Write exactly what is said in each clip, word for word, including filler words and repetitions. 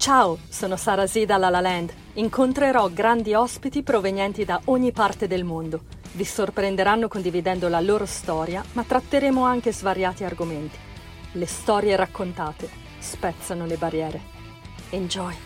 Ciao, sono Sara Z da La La Land. Incontrerò grandi ospiti provenienti da ogni parte del mondo. Vi sorprenderanno condividendo la loro storia, ma tratteremo anche svariati argomenti. Le storie raccontate spezzano le barriere. Enjoy!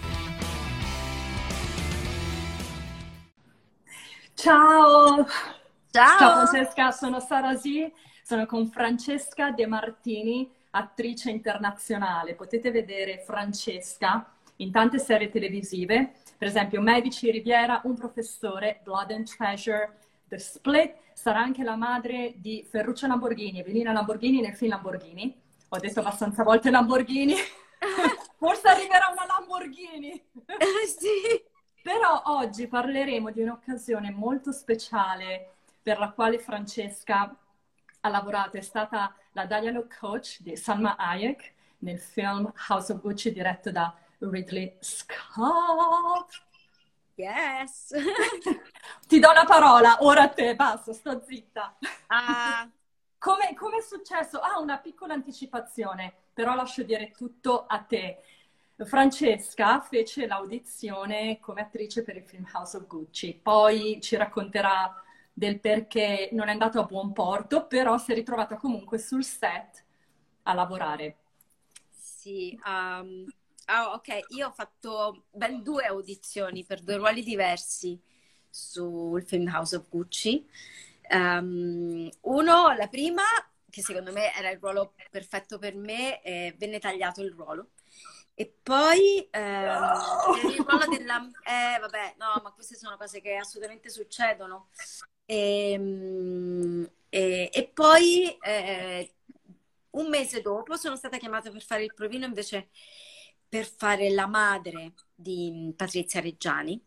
Ciao! Ciao! Ciao Francesca, sono Sara Z, sono con Francesca De Martini, attrice internazionale. Potete vedere Francesca in tante serie televisive, per esempio Medici Riviera, Un professore, Blood and Treasure, The Split. Sarà anche la madre di Ferruccio Lamborghini, Evelina Lamborghini nel film Lamborghini. Ho detto abbastanza volte Lamborghini. Forse arriverà una Lamborghini. Sì. Però oggi parleremo di un'occasione molto speciale per la quale Francesca ha lavorato. È stata la dialogue coach di Salma Hayek nel film House of Gucci diretto da Ridley Scott. Yes. Ti do la parola, ora a te, basta, sto zitta. Ah. Come, come è successo? Ah, una piccola anticipazione, però lascio dire tutto a te. Francesca fece l'audizione come attrice per il film House of Gucci, poi ci racconterà del perché non è andato a buon porto, però si è ritrovata comunque sul set a lavorare. Sì, um, oh, ok, io ho fatto ben due audizioni per due ruoli diversi sul film House of Gucci. Um, uno, la prima, che secondo me era il ruolo perfetto per me, eh, venne tagliato il ruolo. E poi ehm, No! il ruolo della... Eh, vabbè, no, ma queste sono cose che assolutamente succedono. E, e, e poi eh, un mese dopo sono stata chiamata per fare il provino invece per fare la madre di Patrizia Reggiani,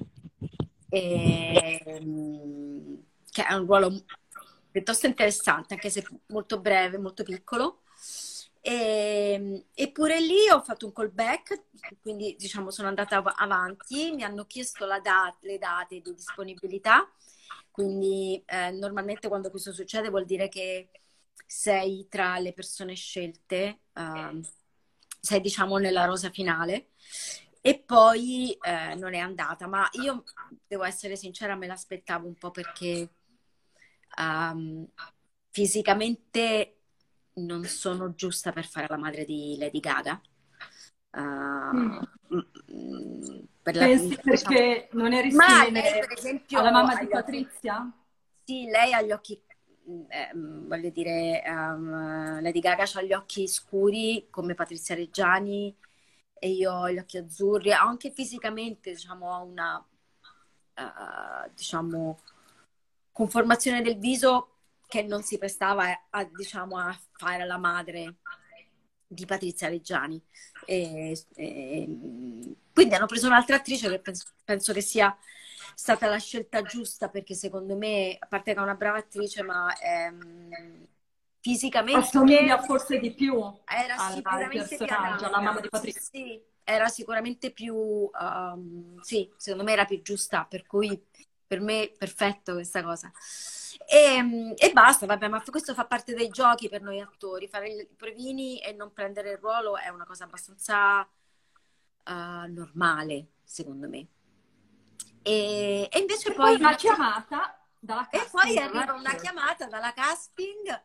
e, che è un ruolo piuttosto interessante, anche se molto breve, molto piccolo. E, eppure lì ho fatto un callback, quindi diciamo sono andata av- avanti, mi hanno chiesto la dat- le date di disponibilità, quindi eh, normalmente quando questo succede vuol dire che sei tra le persone scelte, ehm, sei diciamo nella rosa finale, e poi eh, non è andata, ma io devo essere sincera, me l'aspettavo un po' perché um, fisicamente non sono giusta per fare la madre di Lady Gaga. Mm. Uh, per la, Pensi perché non eri ma lei, simile per esempio, alla mamma ha di gli occhi... Patrizia? Sì, lei ha gli occhi, eh, voglio dire, um, Lady Gaga ha gli occhi scuri come Patrizia Reggiani e io ho gli occhi azzurri, anche fisicamente, diciamo, ho una, uh, diciamo, conformazione del viso che non si prestava a, a, diciamo, a fare la madre di Patrizia Reggiani. E, e, quindi hanno preso un'altra attrice che penso, penso che sia stata la scelta giusta, perché secondo me, a parte che è una brava attrice, ma ehm, fisicamente Assomiglia forse di più era al, al sicuramente più personaggio, alla mamma adatta. di Sì, Patrizia. sì, era sicuramente più, um, sì, secondo me era più giusta, per cui per me perfetto questa cosa. E, e basta, vabbè, ma questo fa parte dei giochi per noi attori. Fare i provini e non prendere il ruolo è una cosa abbastanza uh, normale, secondo me. E, e invece E poi poi una una... chiamata dalla E poi casting arriva una director. chiamata dalla casting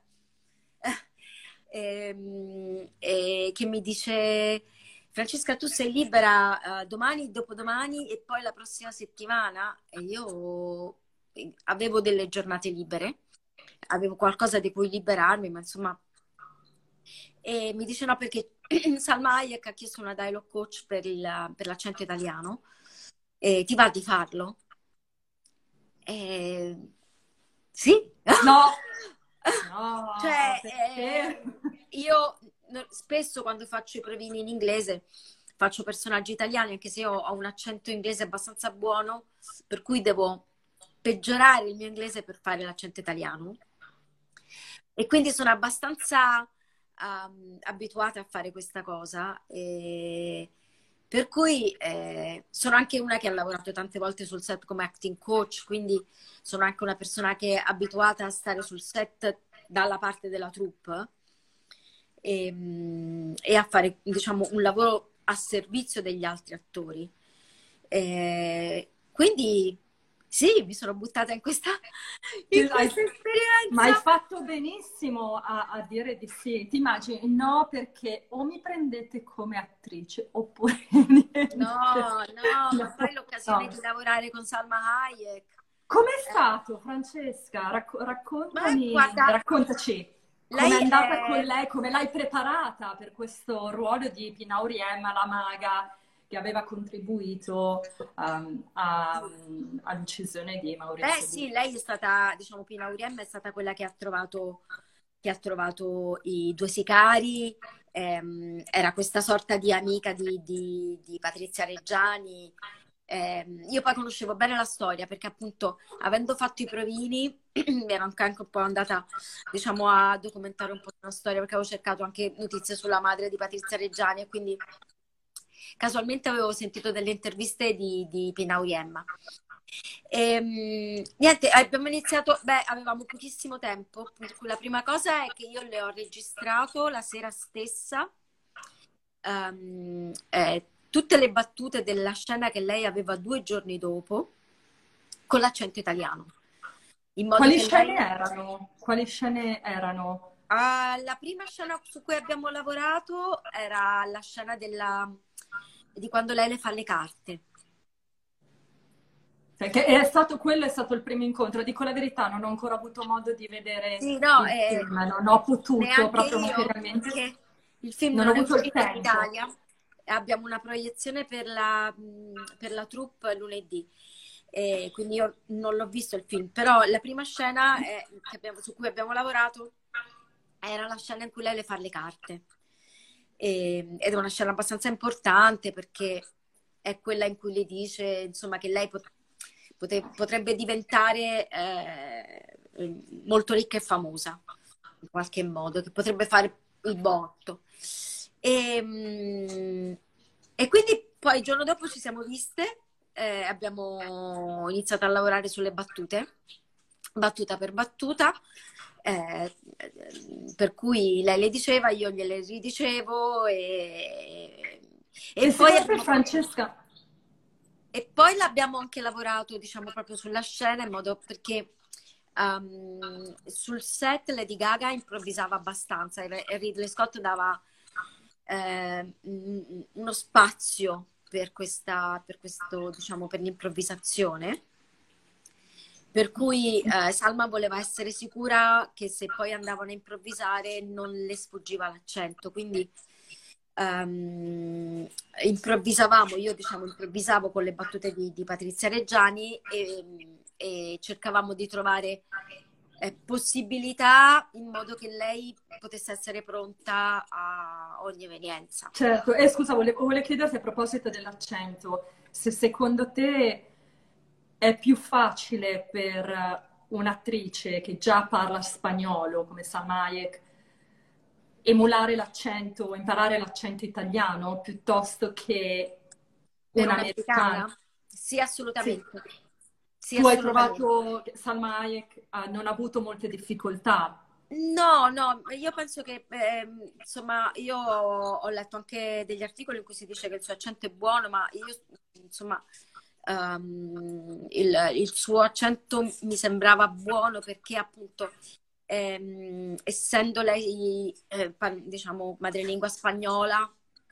ehm, e che mi dice: Francesca, tu sei libera uh, domani, dopodomani e poi la prossima settimana? E io avevo delle giornate libere, avevo qualcosa di cui liberarmi, ma insomma... E mi dice no, perché Salma Hayek ha chiesto una dialogue coach per, il, per l'accento italiano, e ti va di farlo? E... Sì? No, no, Cioè, perché? eh, io no- spesso quando faccio i provini in inglese faccio personaggi italiani, anche se io ho un accento inglese abbastanza buono, per cui devo peggiorare il mio inglese per fare l'accento italiano. E quindi sono abbastanza um, abituata a fare questa cosa. E... Per cui eh, sono anche una che ha lavorato tante volte sul set come acting coach, quindi sono anche una persona che è abituata a stare sul set dalla parte della troupe e, e a fare, diciamo, un lavoro a servizio degli altri attori. Eh, quindi sì, mi sono buttata in questa, in questa Ma hai esperienza. fatto benissimo a, a dire di sì. Ti immagini? No, perché o mi prendete come attrice oppure niente. No, no, ma No, poi l'occasione no. di lavorare con Salma Hayek. Com'è eh, stato, Francesca? Racco- ma raccontami, guarda, raccontaci com'è lei andata con è... lei, come l'hai preparata per questo ruolo di Pina Auriemma, la maga che aveva contribuito um, a- all'uccisione di Eh Maurizio sì, Guidi. lei è stata, diciamo, Pina Auriemma è stata quella che ha trovato, che ha trovato i due sicari. Ehm, era questa sorta di amica di, di- di Patrizia Reggiani. Ehm, io poi conoscevo bene la storia perché appunto avendo fatto i provini mi ero anche anche un po' andata, diciamo, a documentare un po' la storia perché avevo cercato anche notizie sulla madre di Patrizia Reggiani e quindi casualmente avevo sentito delle interviste di, di Pina Auriemma. Ehm, niente, abbiamo iniziato, beh, avevamo pochissimo tempo, per cui la prima cosa è che io le ho registrato la sera stessa ehm, eh, tutte le battute della scena che lei aveva due giorni dopo con l'accento italiano, in modo Quali che scene lei... erano? Quali scene erano? Ah, la prima scena su cui abbiamo lavorato era la scena della, di quando lei le fa le carte. Perché è stato, quello è stato il primo incontro. Dico la verità, non ho ancora avuto modo di Sì, vedere no, il eh, film, non ho potuto neanche proprio io, materialmente, perché il film non ho non è avuto il uscito in tempo. Italia. Abbiamo una proiezione per la, mh, per la troupe lunedì, e quindi io non l'ho visto il film, però la prima scena è- che abbiamo- su cui abbiamo lavorato era la scena in cui lei le fa le carte. E- ed è una scena abbastanza importante perché è quella in cui le dice, insomma, che lei pot- pote- potrebbe diventare eh, molto ricca e famosa in qualche modo, che potrebbe fare il botto. E, mm, e quindi poi il giorno dopo ci siamo viste, eh, abbiamo iniziato a lavorare sulle battute, battuta per battuta, eh, per cui lei le diceva, io gliele ridicevo e, e E poi secondo te, abbiamo fatto... Francesca, E poi l'abbiamo anche lavorato, diciamo, proprio sulla scena, in modo perché um, sul set Lady Gaga improvvisava abbastanza e Ridley Scott dava eh, uno spazio per questa, per questo, diciamo, per l'improvvisazione. Per cui eh, Salma voleva essere sicura che se poi andavano a improvvisare non le sfuggiva l'accento, quindi ehm, improvvisavamo, io diciamo improvvisavo con le battute di, di Patrizia Reggiani e, e cercavamo di trovare eh, possibilità in modo che lei potesse essere pronta a ogni evenienza. certo, e scusa, volevo, volevo chiederti a proposito dell'accento, se secondo te è più facile per un'attrice che già parla spagnolo, come Salma Hayek, emulare l'accento, imparare l'accento italiano, piuttosto che Per un'americana? un'americana? Sì, Sì. assolutamente. Sì, Tu hai assolutamente. trovato che Salma Hayek ha- non ha avuto molte difficoltà. No, no, io penso che, ehm, insomma, io ho letto anche degli articoli in cui si dice che il suo accento è buono, ma io, insomma, ehm, il, il suo accento mi sembrava buono perché appunto, ehm, essendo lei, eh, par- diciamo, madrelingua spagnola,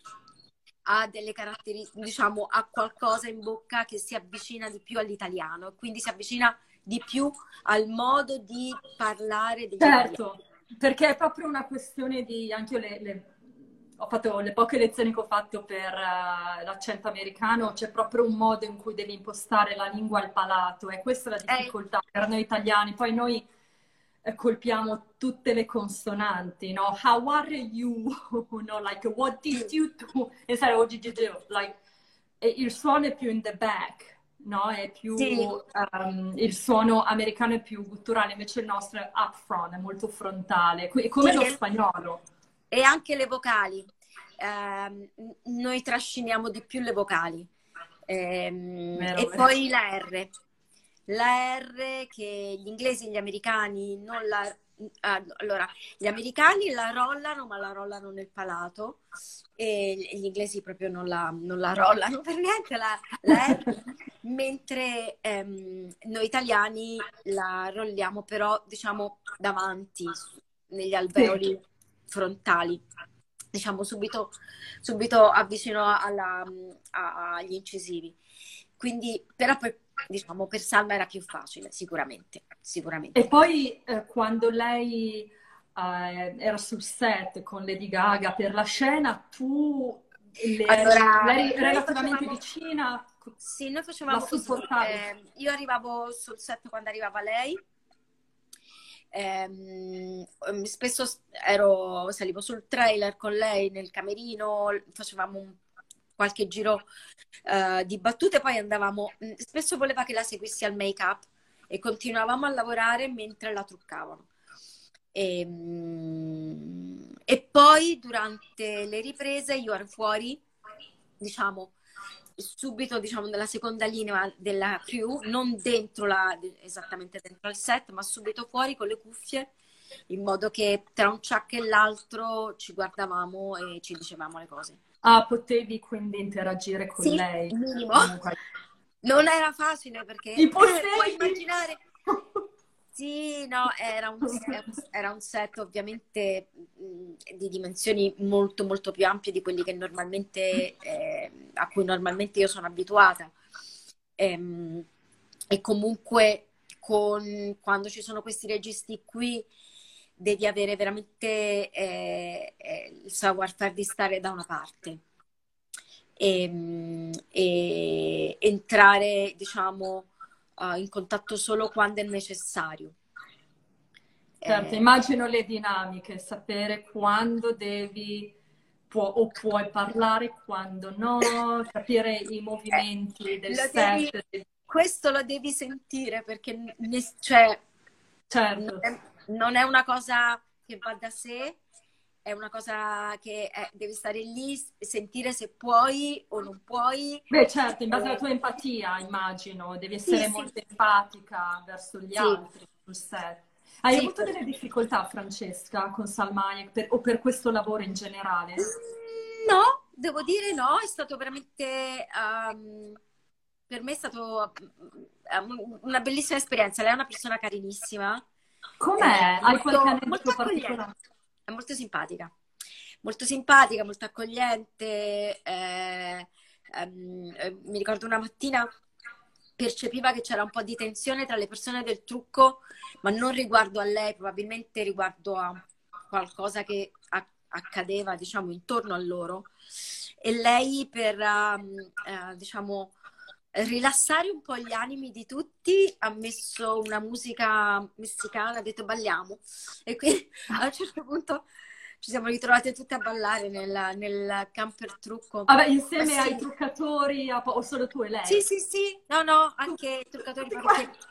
ha delle caratteristiche, diciamo, ha qualcosa in bocca che si avvicina di più all'italiano, e quindi si avvicina di più al modo di parlare degli italiani. Certo, perché è proprio una questione di, anche io le, le- ho fatto le poche lezioni che ho fatto per eh, l'accento americano, c'è proprio un modo in cui devi impostare la lingua al palato e questa è la Eh, difficoltà per noi italiani. Poi noi eh, colpiamo tutte le consonanti, no? How are you? No, like, what did sì, you do? Instead of what did you do? Like, e il suono è più in the back, no? È più, sì, um, il suono americano è più gutturale, invece il nostro è up front, è molto frontale, que- sì, come lo e, spagnolo. e anche le vocali. Ehm, noi trasciniamo di più le vocali. Ehm, Vero, e vero. poi la R. La R che gli inglesi e gli americani non la... ah, allora, gli americani la rollano, ma la rollano nel palato, e gli inglesi proprio non la, non la rollano per niente la, la R, mentre ehm, noi italiani la rolliamo però diciamo davanti, negli Sì. alveoli frontali, diciamo subito, subito avvicino alla, a- agli incisivi. Quindi, però poi, diciamo, per Salma era più facile, sicuramente, E sicuramente. poi eh, quando lei eh, era sul set con Lady Gaga per la scena, tu le eri, Allora, l'eri noi relativamente facevamo, vicina, sì, noi la facevamo così. supportavi? Eh, io arrivavo sul set quando arrivava lei. Ehm, ehm, spesso s- ero, salivo sul trailer con lei nel camerino, facevamo un- qualche giro eh, di battute, poi andavamo. mh, Spesso voleva che la seguissi al make-up e continuavamo a lavorare mentre la truccavano. E, mh, e poi durante le riprese io ero fuori, diciamo, subito, diciamo, nella seconda linea della crew, non dentro la, esattamente dentro al set, ma subito fuori con le cuffie, in modo che tra un ciak e l'altro ci guardavamo e ci dicevamo le cose. Ah, potevi quindi interagire con Sì, lei minimo. comunque. Non era facile perché eh, puoi Impossibile! immaginare. Sì, no, era un, era un set ovviamente mh, di dimensioni molto molto più ampie di quelli che normalmente, eh, a cui normalmente io sono abituata. Ehm, E, comunque con, quando ci sono questi registi qui devi avere veramente eh, eh, il savoir-faire di stare da una parte e, e entrare, diciamo, uh, in contatto solo quando è necessario. Certo, Eh, immagino le dinamiche, sapere quando devi può- o puoi parlare, quando no, capire i eh, movimenti del lo devi, set. questo lo devi sentire perché ne- cioè, non Certo. è, non è una cosa che va da sé, è una cosa che eh, devi stare lì, sentire se puoi o non puoi. Beh, certo, in base alla Eh, tua empatia, immagino, devi sì, essere sì, molto empatica verso gli sì, altri sul set. Hai sì. avuto delle difficoltà, Francesca, con Salma Hayek per- o per questo lavoro in generale? Mm, No, devo dire no, è stato veramente, ehm, per me è stato mm, una bellissima esperienza. Lei è una persona carinissima, eh, Com'è? Hai qualche molto, molto aneddoto accogliente, particolare? è molto simpatica, molto simpatica, molto accogliente. eh, ehm, eh, mi ricordo una mattina percepiva che c'era un po' di tensione tra le persone del trucco, ma non riguardo a lei, probabilmente riguardo a qualcosa che a- accadeva, diciamo, intorno a loro. E lei per, um, eh, diciamo, rilassare un po' gli animi di tutti ha messo una musica messicana, ha detto balliamo. E quindi a un certo punto ci siamo ritrovate tutte a ballare nel, nel camper trucco. Vabbè, Ma insieme ai sì, truccatori, a- o solo tu e sì, lei? sì, sì, no, no, anche truccatori Tutti qua. perché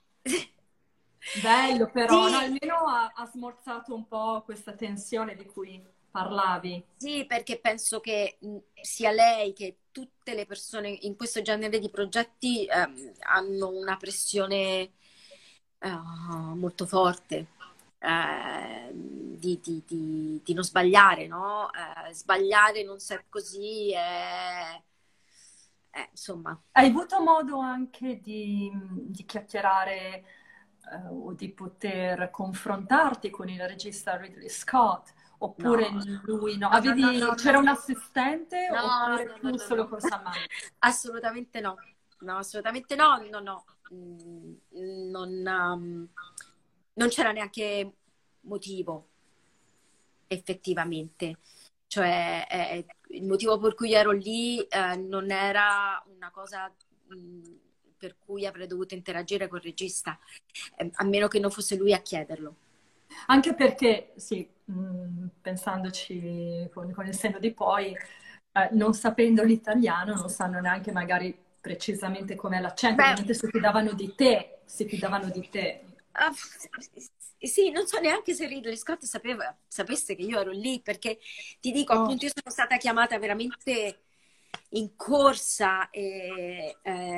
Bello però, no? sì, Almeno ha, ha smorzato un po' questa tensione di cui parlavi. sì, perché penso che mh, sia lei che tutte le persone in questo genere di progetti ehm, hanno una pressione eh, molto forte eh, di, di- di- di non sbagliare, no? Eh, sbagliare in un set così è, è, insomma. Hai avuto modo anche di, di chiacchierare eh, o di poter confrontarti con il regista Ridley Scott? Oppure No, lui no? no, no, no, Avevi, no, c'era no. un assistente No, oppure no, no, tu no, solo no. con Salman? Assolutamente no. No, assolutamente no, no, no. Mm, Non, um, non c'era neanche motivo, effettivamente. Cioè, eh, il motivo per cui ero lì, eh, non era una cosa, mm, per cui avrei dovuto interagire col regista, eh, a meno che non fosse lui a chiederlo. Anche perché, sì, mh, pensandoci con, con il senno di poi, eh, non sapendo l'italiano, non sanno neanche magari precisamente com'è l'accento, Beh, ovviamente si fidavano di te, si fidavano di te. ah, sì, non so neanche se Ridley Scott sapeva, sapesse che io ero lì, perché ti dico, Oh. appunto, io sono stata chiamata veramente in corsa e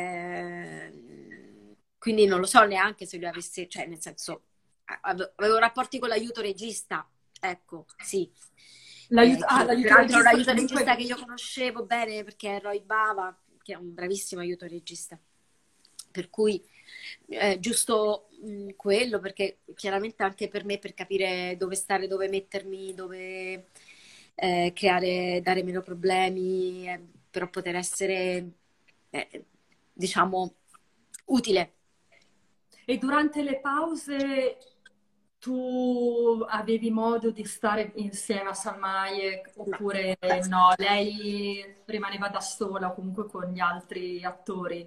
eh, quindi non lo so neanche se lui avesse, cioè nel senso, ave- avevo rapporti con l'aiuto regista, ecco, sì. eh, L'aiuto, ah, che l'aiuto peraltro è un regista aiuto regista comunque... che io conoscevo bene perché è Roy Bava, che è un bravissimo aiuto regista. Per cui eh, giusto mh, quello, perché chiaramente anche per me, per capire dove stare, dove mettermi, dove eh, creare, dare meno problemi, eh, però poter essere, eh, diciamo, utile. E durante le pause tu avevi modo di stare insieme a Salma Hayek No. oppure no? Lei rimaneva da sola o comunque con gli altri attori?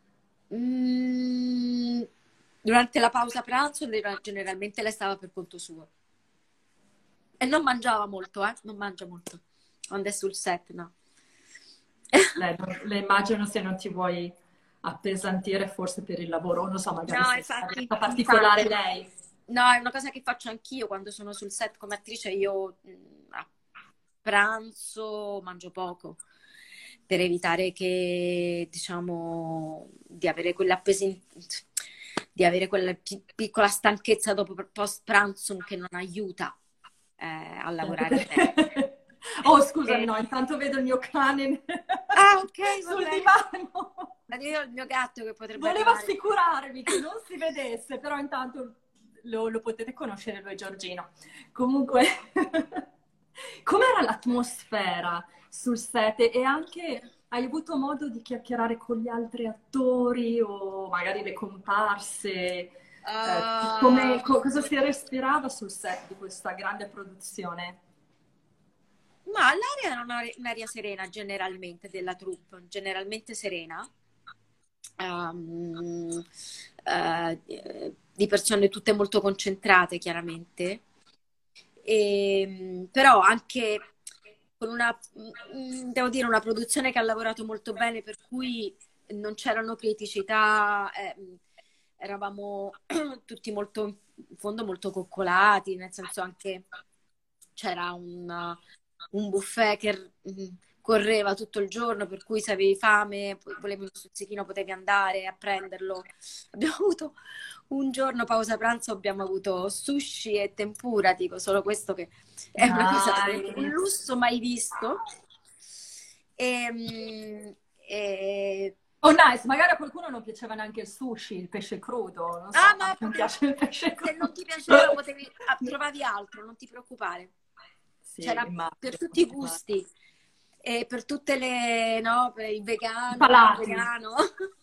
Mm, durante la pausa pranzo generalmente lei stava per conto suo e non mangiava molto, eh? Non mangia molto quando è sul set, no. Lei, non- le immagino se non ti vuoi appesantire forse per il lavoro, o non so, magari No, se è una infatti, vita particolare infatti. lei. No, è una cosa che faccio anch'io quando sono sul set come attrice. Io mh, a pranzo mangio poco per evitare che, diciamo, di avere quella pesi- di avere quella pi- piccola stanchezza dopo post pranzo che non aiuta eh, a Certo, lavorare bene. perché... Oh, scusami, Eh, no, intanto vedo il mio cane ah, ok, va sul bene. divano. Io ho il mio gatto che potrebbe Volevo arrivare. assicurarvi che non si vedesse, però intanto lo, lo potete conoscere lui, Giorgino. Comunque, com'era l'atmosfera sul set e anche hai avuto modo di chiacchierare con gli altri attori o magari le comparse? Eh, come, Uh, co- cosa si respirava sul set di questa grande produzione? Ma l'aria era una- un'aria serena generalmente della troupe, generalmente serena, ehm, eh, di persone tutte molto concentrate chiaramente, e, però anche con una, mm, devo dire, una produzione che ha lavorato molto bene, per cui non c'erano criticità, eh, eravamo tutti molto, in fondo molto coccolati, nel senso anche c'era un un buffet che mh, correva tutto il giorno, per cui se avevi fame, po- volevi uno stuzzichino, potevi andare a prenderlo. Abbiamo avuto un giorno pausa pranzo, abbiamo avuto sushi e tempura, dico solo questo che è una cosa veramente un Nice. lusso mai visto. E, mh, e- Oh, nice, magari a qualcuno non piaceva neanche il sushi, il pesce crudo, non so, Ah, a ma me non potevi... piace il pesce se non crudo. ti piaceva, potevi... ah, trovavi altro, non ti preoccupare. Sì, C'era per immagino, tutti i immagino. gusti e per tutte le, no, per il I vegano, il palati. vegano.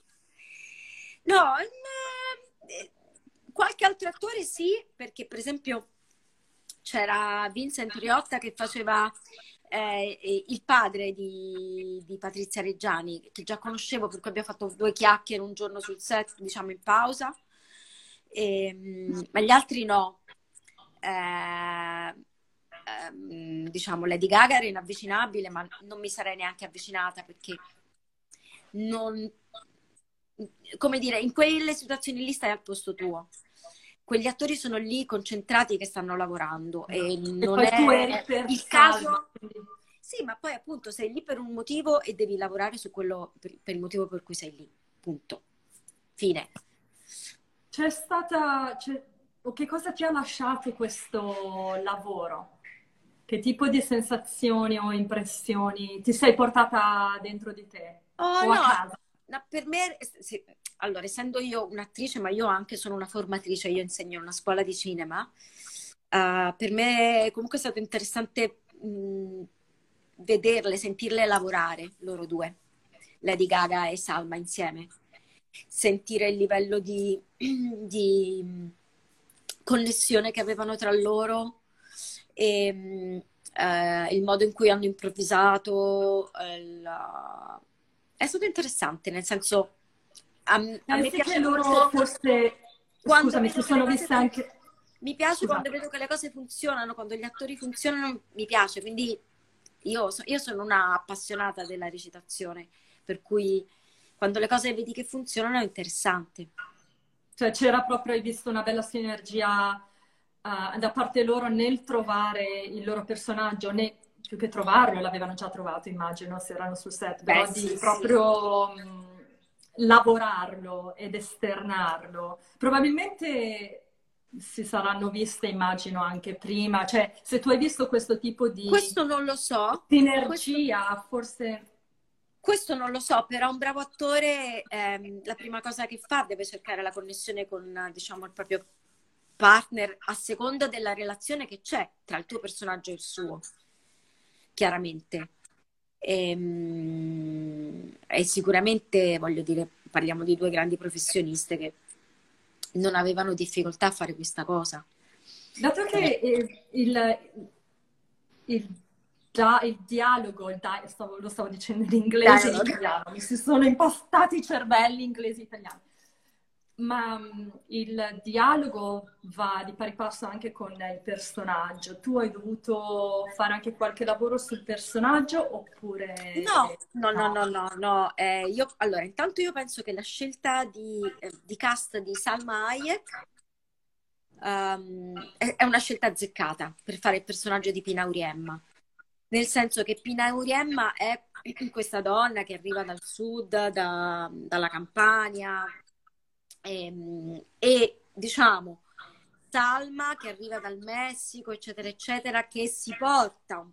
No, eh, qualche altro attore sì, perché per esempio c'era Vincent Riotta che faceva eh, il padre di, di Patrizia Reggiani, che già conoscevo, per cui abbiamo fatto due chiacchiere un giorno sul set, diciamo in pausa. E, ma gli altri no. Eh, ehm, diciamo Lady Gaga era inavvicinabile, ma non mi sarei neanche avvicinata perché non, come dire, in quelle situazioni lì stai al posto tuo. Quegli attori sono lì concentrati che stanno lavorando e E non poi tu eri è per il Salma, caso. quindi Sì, ma poi appunto sei lì per un motivo e devi lavorare su quello per, per il motivo per cui sei lì. Punto. Fine. c'è stata... c'è- o che cosa ti ha lasciato questo lavoro? Che tipo di sensazioni o impressioni ti sei portata dentro di te Oh o a no, casa? no, per me, sì, allora, essendo io un'attrice, ma io anche sono una formatrice, io insegno in una scuola di cinema, eh, per me comunque è stato interessante mh, vederle, sentirle lavorare, loro due, Lady Gaga e Salma insieme, sentire il livello di, di mh, connessione che avevano tra loro e mh, eh, il modo in cui hanno improvvisato, eh, la- è stato interessante, nel senso, a, a me Pensi che piace loro molto forse... quando Scusami, si vedo che le sono cose viste fun- anche... mi piace Scusa. quando vedo che le cose funzionano, quando gli attori funzionano, mi piace, quindi io, so- io sono una appassionata della recitazione, per cui quando le cose vedi che funzionano è interessante. Cioè c'era proprio, hai visto una bella sinergia eh, da parte loro nel trovare il loro personaggio, né più che trovarlo, l'avevano già trovato, immagino, se erano sul set, Beh, però di sì, sì. proprio mh, lavorarlo ed esternarlo. Probabilmente si saranno viste, immagino, anche prima. Cioè, se tu hai visto questo tipo di Questo non lo so. Questo, sinergia, forse... questo non lo so, però un bravo attore, ehm, la prima cosa che fa deve cercare la connessione con, diciamo, il proprio partner a seconda della relazione che c'è tra il tuo personaggio e il suo, chiaramente. E, e sicuramente, voglio dire, parliamo di due grandi professioniste che non avevano difficoltà a fare questa cosa. Dato che eh, il, il, da- il dialogo, il di- stavo- lo stavo dicendo in inglese e in Dialogue. italiano, mi si sono impastati i cervelli inglese e italiano. Ma mh, il dialogo va di pari passo anche con il personaggio. Tu hai dovuto fare anche qualche lavoro sul personaggio No, oppure no, no, no? no, no, no. Eh, io, allora, intanto io penso che la scelta di, eh, di cast di Salma Hayek ehm, è, è una scelta azzeccata per fare il personaggio di Pina Auriemma. Nel senso che Pina Auriemma è questa donna che arriva dal sud, da- dalla Campania, ehm, e diciamo Salma che arriva dal Messico, eccetera, eccetera, che si porta,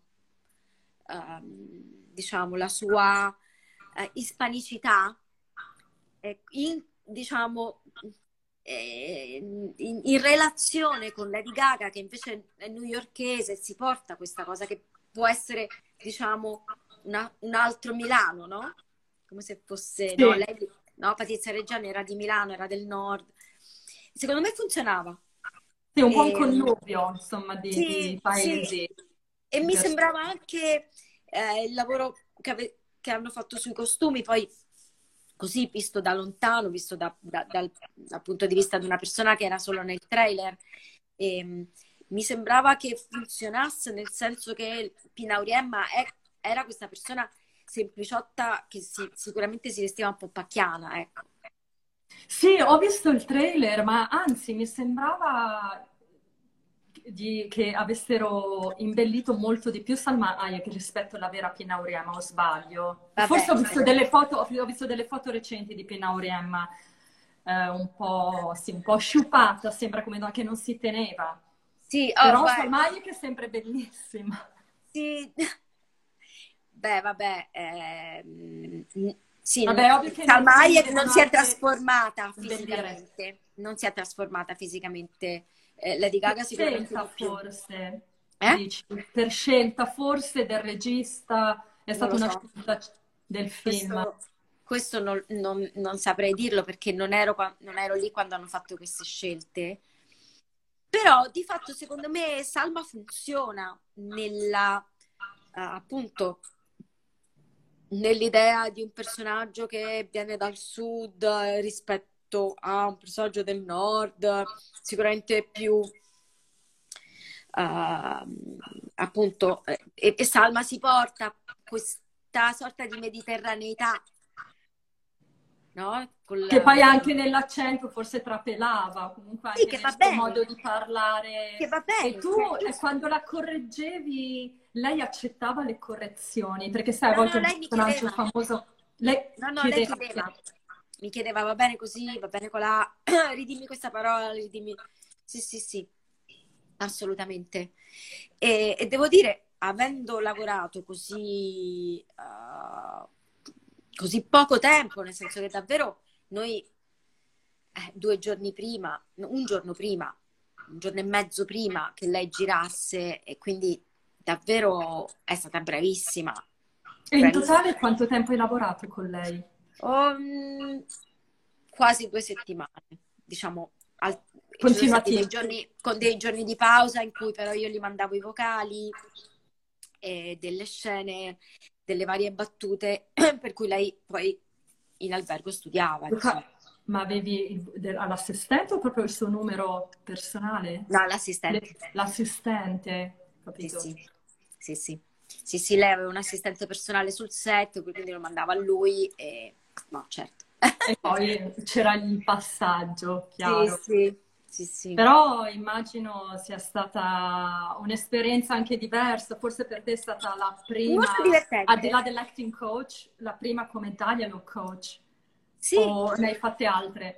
ehm, diciamo, la sua eh, ispanicità eh, in, diciamo, eh, in, in relazione con Lady Gaga, che invece è newyorkese, si porta questa cosa che può essere, diciamo, una- un altro Milano, no? Come se fosse, no? Sì, Lei, no? Patrizia Reggiani era di Milano, era del nord. Secondo me funzionava. sì, un po' un E, connubio, insomma, di, sì, di sì. paesi. E Di mi persone. sembrava anche eh, il lavoro che, ave- che hanno fatto sui costumi, poi così visto da lontano, visto da- da- dal, dal punto di vista di una persona che era solo nel trailer, e, mi sembrava che funzionasse nel senso che Pina Auriemma è- era questa persona sempliciotta che si- sicuramente si vestiva un po' pacchiana, ecco. Sì, ho visto il trailer, ma anzi mi sembrava di- che avessero imbellito molto di più Salma Hayek rispetto alla vera Pina Auriemma, o sbaglio? Forse Vabbè, ho visto eh, delle foto, ho visto delle foto recenti di Pina Auriemma, eh, un po', sì, un po' sciupata, sembra come no- che non si teneva. sì, oh, Però beh, Salma Hayek è sempre bellissima. sì. Beh, vabbè, ehm, sì, no- Vabbè, ovvio che nei Salma film Hayek non devono si è anche trasformata sbellire. fisicamente, non si è trasformata fisicamente, eh, Lady Per Gaga sicuramente scelta di più. forse, Eh? dici, per scelta forse del regista, è Non stata lo una so, scelta del film. questo, questo non, non- non saprei dirlo perché non ero, qua- non ero lì quando hanno fatto queste scelte, però di fatto secondo me Salma funziona nella, eh, appunto, nell'idea di un personaggio che viene dal sud eh, rispetto a un personaggio del nord, sicuramente più eh, appunto, eh, e, e Salma si porta questa sorta di mediterraneità, no? Che poi Col, anche nell'accento forse trapelava, comunque sì, anche che nel va suo bene, modo di che parlare. va E bene, tu, che è eh, giusto. quando la correggevi, lei accettava le correzioni, perché sai, a No, no, volte un lei mi personaggio chiedeva, famoso, lei no, no, lei chiedeva, chiedeva, mi chiedeva va bene così, va bene con la, ridimmi questa parola, ridimmi. Sì, sì, sì, assolutamente. E, e devo dire, avendo lavorato così, eh, così poco tempo, nel senso che davvero noi eh, due giorni prima, no, un giorno prima, un giorno e mezzo prima che lei girasse, e quindi davvero è stata bravissima, e in bravissima. totale quanto tempo hai lavorato con lei? Ho, mm, quasi due settimane, diciamo, al- ci sono stati dei Continuativo. giorni con dei giorni di pausa in cui però io gli mandavo i vocali e delle scene, delle varie battute, per cui lei poi in albergo studiava, insomma. Ma avevi il- de- all'assistente o proprio il suo numero personale? No, Le- l'assistente. L'assistente, Sì, capito? sì, sì, sì. Sì, sì, lei aveva un assistente personale sul set, quindi lo mandava a lui e... No, certo. E poi c'era il passaggio, Sì, chiaro. sì, sì, sì. Però immagino sia stata un'esperienza anche diversa, forse per te è stata la prima, Molto al di divertente. là dell'acting coach, la prima come dialogue coach, Sì, o ne hai fatte altre?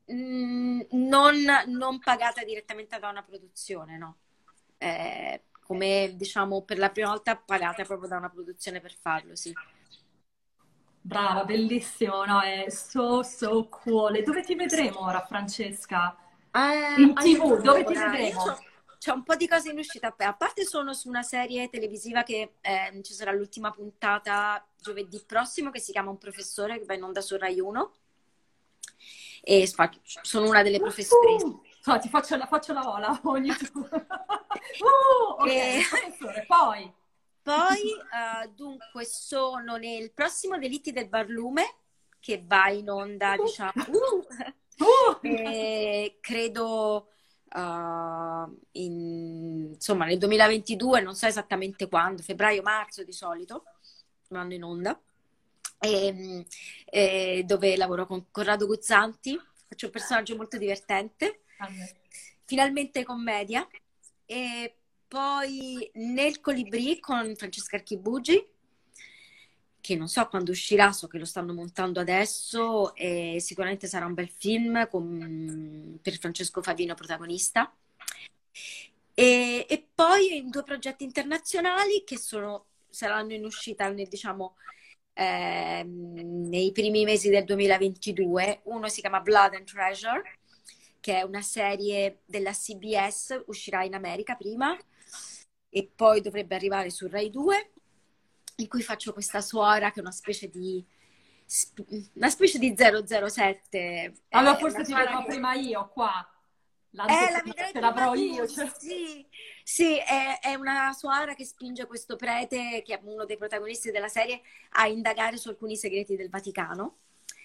Mm, non, non pagata direttamente da una produzione, no. Eh, come diciamo per la prima volta pagata proprio da una produzione per farlo, sì. Brava, bellissimo, no? È so, so cool. E dove ti vedremo ora, Francesca? Eh, In T V, dove ti allora, io vedremo? c'ho, c'ho un po' di cose in uscita. A parte sono su una serie televisiva che eh, ci sarà l'ultima puntata giovedì prossimo che si chiama Un professore che va in onda su Rai uno e fa- sono una delle professoresse. Uh, so, ti faccio la, faccio la ola ogni tu. Uh, ok, E il professore, poi. poi, eh, dunque, sono nel prossimo Delitti del Barlume che va in onda, diciamo, uh, Uh, e credo eh, in- insomma nel duemilaventidue, non so esattamente quando, febbraio-marzo di solito vanno in onda, e, e dove lavoro con Corrado Guzzanti, faccio un personaggio molto divertente, finalmente commedia, e poi nel Colibrì con Francesca Archibugi, che non so quando uscirà, so che lo stanno montando adesso e sicuramente sarà un bel film con, per Francesco Favino protagonista. E, e poi in due progetti internazionali che sono, saranno in uscita nel, diciamo, ehm, nei primi mesi del duemilaventidue. Uno si chiama Blood and Treasure, che è una serie della C B S, uscirà in America prima e poi dovrebbe arrivare su Rai due, in cui faccio questa suora che è una specie di una specie di zero zero sette, allora è forse una ti suora vedrò che prima io qua. eh, la L'anteprima vedrai ce prima l'avrò tu, io. Cioè. sì, sì, è, è una suora che spinge questo prete, che è uno dei protagonisti della serie, a indagare su alcuni segreti del Vaticano.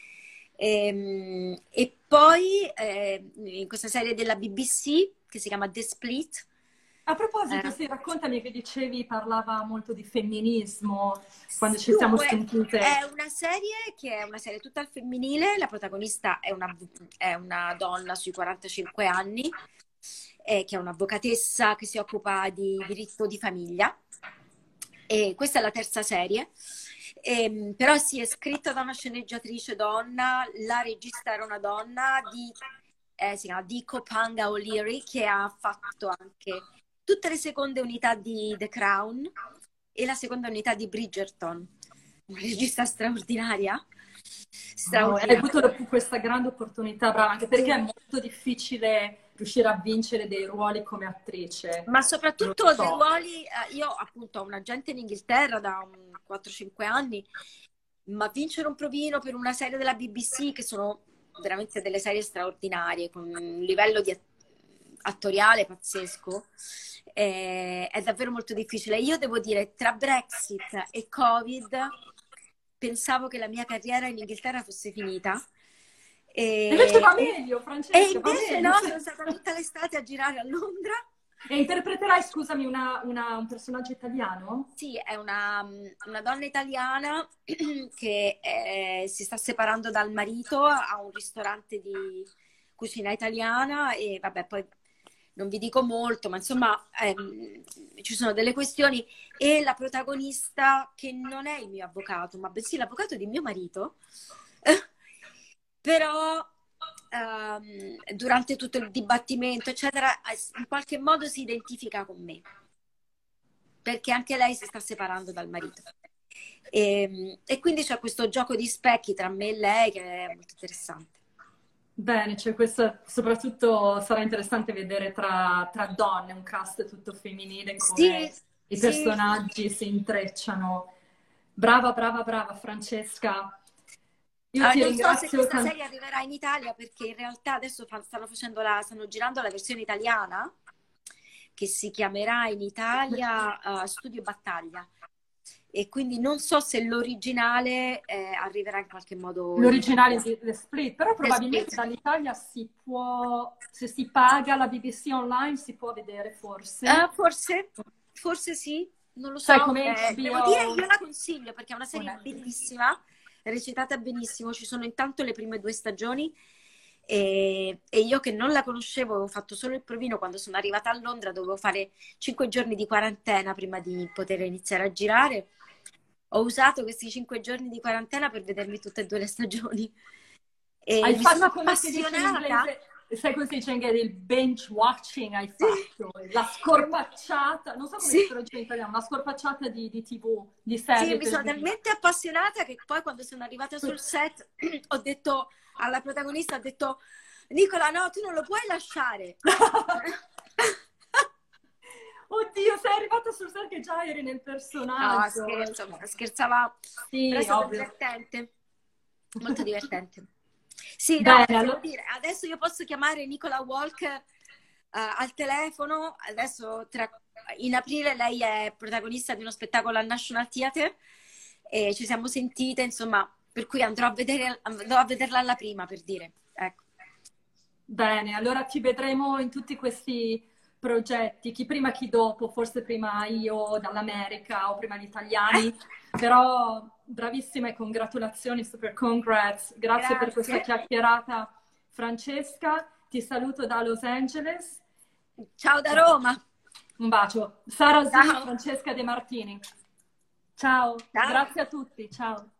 Ehm, E, poi eh, in questa serie della B B C, che si chiama The Split, A proposito, eh, sì, raccontami che dicevi parlava molto di femminismo quando ci siamo dunque, sentite. è una serie che è una serie tutta al femminile, la protagonista è una, è una donna sui quarantacinque anni, eh, che è un'avvocatessa che si occupa di diritto di famiglia. E questa è la terza serie. Ehm, però sì, è scritta da una sceneggiatrice donna, la regista era una donna, di, eh, si chiama Dico Panga O'Leary, che ha fatto anche tutte le seconde unità di The Crown e la seconda unità di Bridgerton. Una regista straordinaria, Wow, hai avuto straordinaria. questa grande opportunità, brava, anche perché è Sì. molto difficile riuscire a vincere dei ruoli come attrice. Ma Non lo soprattutto dei so. ruoli, eh, io appunto ho un agente in Inghilterra da un quattro cinque anni, ma vincere un provino per una serie della B B C, che sono veramente delle serie straordinarie, con un livello di att- attoriale pazzesco, eh, è davvero molto difficile. Io devo dire, tra Brexit e Covid, pensavo che la mia carriera in Inghilterra fosse finita. Invece E, va e- meglio, e Francesca, va invece meglio. no, sono stata tutta l'estate a girare a Londra. E interpreterai, scusami, una- una- un personaggio italiano? Sì, è una, una donna italiana che eh, si sta separando dal marito, ha un ristorante di cucina italiana e vabbè, poi non vi dico molto, ma insomma ehm, ci sono delle questioni e la protagonista che non è il mio avvocato, ma bensì l'avvocato di mio marito, però ehm, durante tutto il dibattimento, eccetera, in qualche modo si identifica con me perché anche lei si sta separando dal marito. E, e quindi c'è questo gioco di specchi tra me e lei che è molto interessante. Bene, cioè questo soprattutto sarà interessante vedere tra, tra donne, un cast tutto femminile, Sì, come i sì. personaggi si intrecciano. Brava, brava, brava Francesca. Io Ah, ti non so se ringrazio questa tan- serie arriverà in Italia perché in realtà adesso fa- stanno facendo la, stanno girando la versione italiana che si chiamerà in Italia uh, Studio Battaglia e quindi non so se l'originale eh, arriverà in qualche modo in l'originale Italia. di The Split, però The probabilmente Split. dall'Italia si può, se si paga la B B C online, si può vedere forse. Eh, forse, forse sì, non lo Sai, so. come Eh, devo dire, H B O io la consiglio perché è una o serie Netflix. bellissima, recitata benissimo. Ci sono intanto le prime due stagioni e, e io che non la conoscevo, avevo fatto solo il provino quando sono arrivata a Londra, dovevo fare cinque giorni di quarantena prima di poter iniziare a girare. Ho usato questi cinque giorni di quarantena per vedermi tutte e due le stagioni. E Hai mi fatto sono come si dice in appassionata. inglese, sai come si dice in inglese, il binge watching hai fatto, la scorpacciata, non so come si Sì, traduce in italiano, la scorpacciata di, di T V, di sì, serie mi sono televisive. talmente appassionata che poi quando sono arrivata sul set ho detto alla protagonista, ho detto, Nicola, no, tu non lo puoi lasciare. Oddio, sei arrivata sul set che già eri nel No, personaggio. scherzo, scherzava, però è Sì, stato ovvio. divertente, molto divertente. Sì, no, Bene, devo allora... dire, adesso io posso chiamare Nicola Walker eh, al telefono, adesso tra- in aprile lei è protagonista di uno spettacolo al National Theatre e ci siamo sentite, insomma, per cui andrò a vedere, andrò a vederla alla prima, per dire, ecco. Bene, allora ci vedremo in tutti questi progetti, chi prima chi dopo, forse prima io dall'America o prima gli italiani, però bravissima e congratulazioni, super congrats, grazie per questa Grazie. chiacchierata Francesca, ti saluto da Los Angeles, Ciao da Roma. un bacio, Sara Z, Ciao. Francesca De Martini, ciao, Ciao. grazie a tutti, ciao.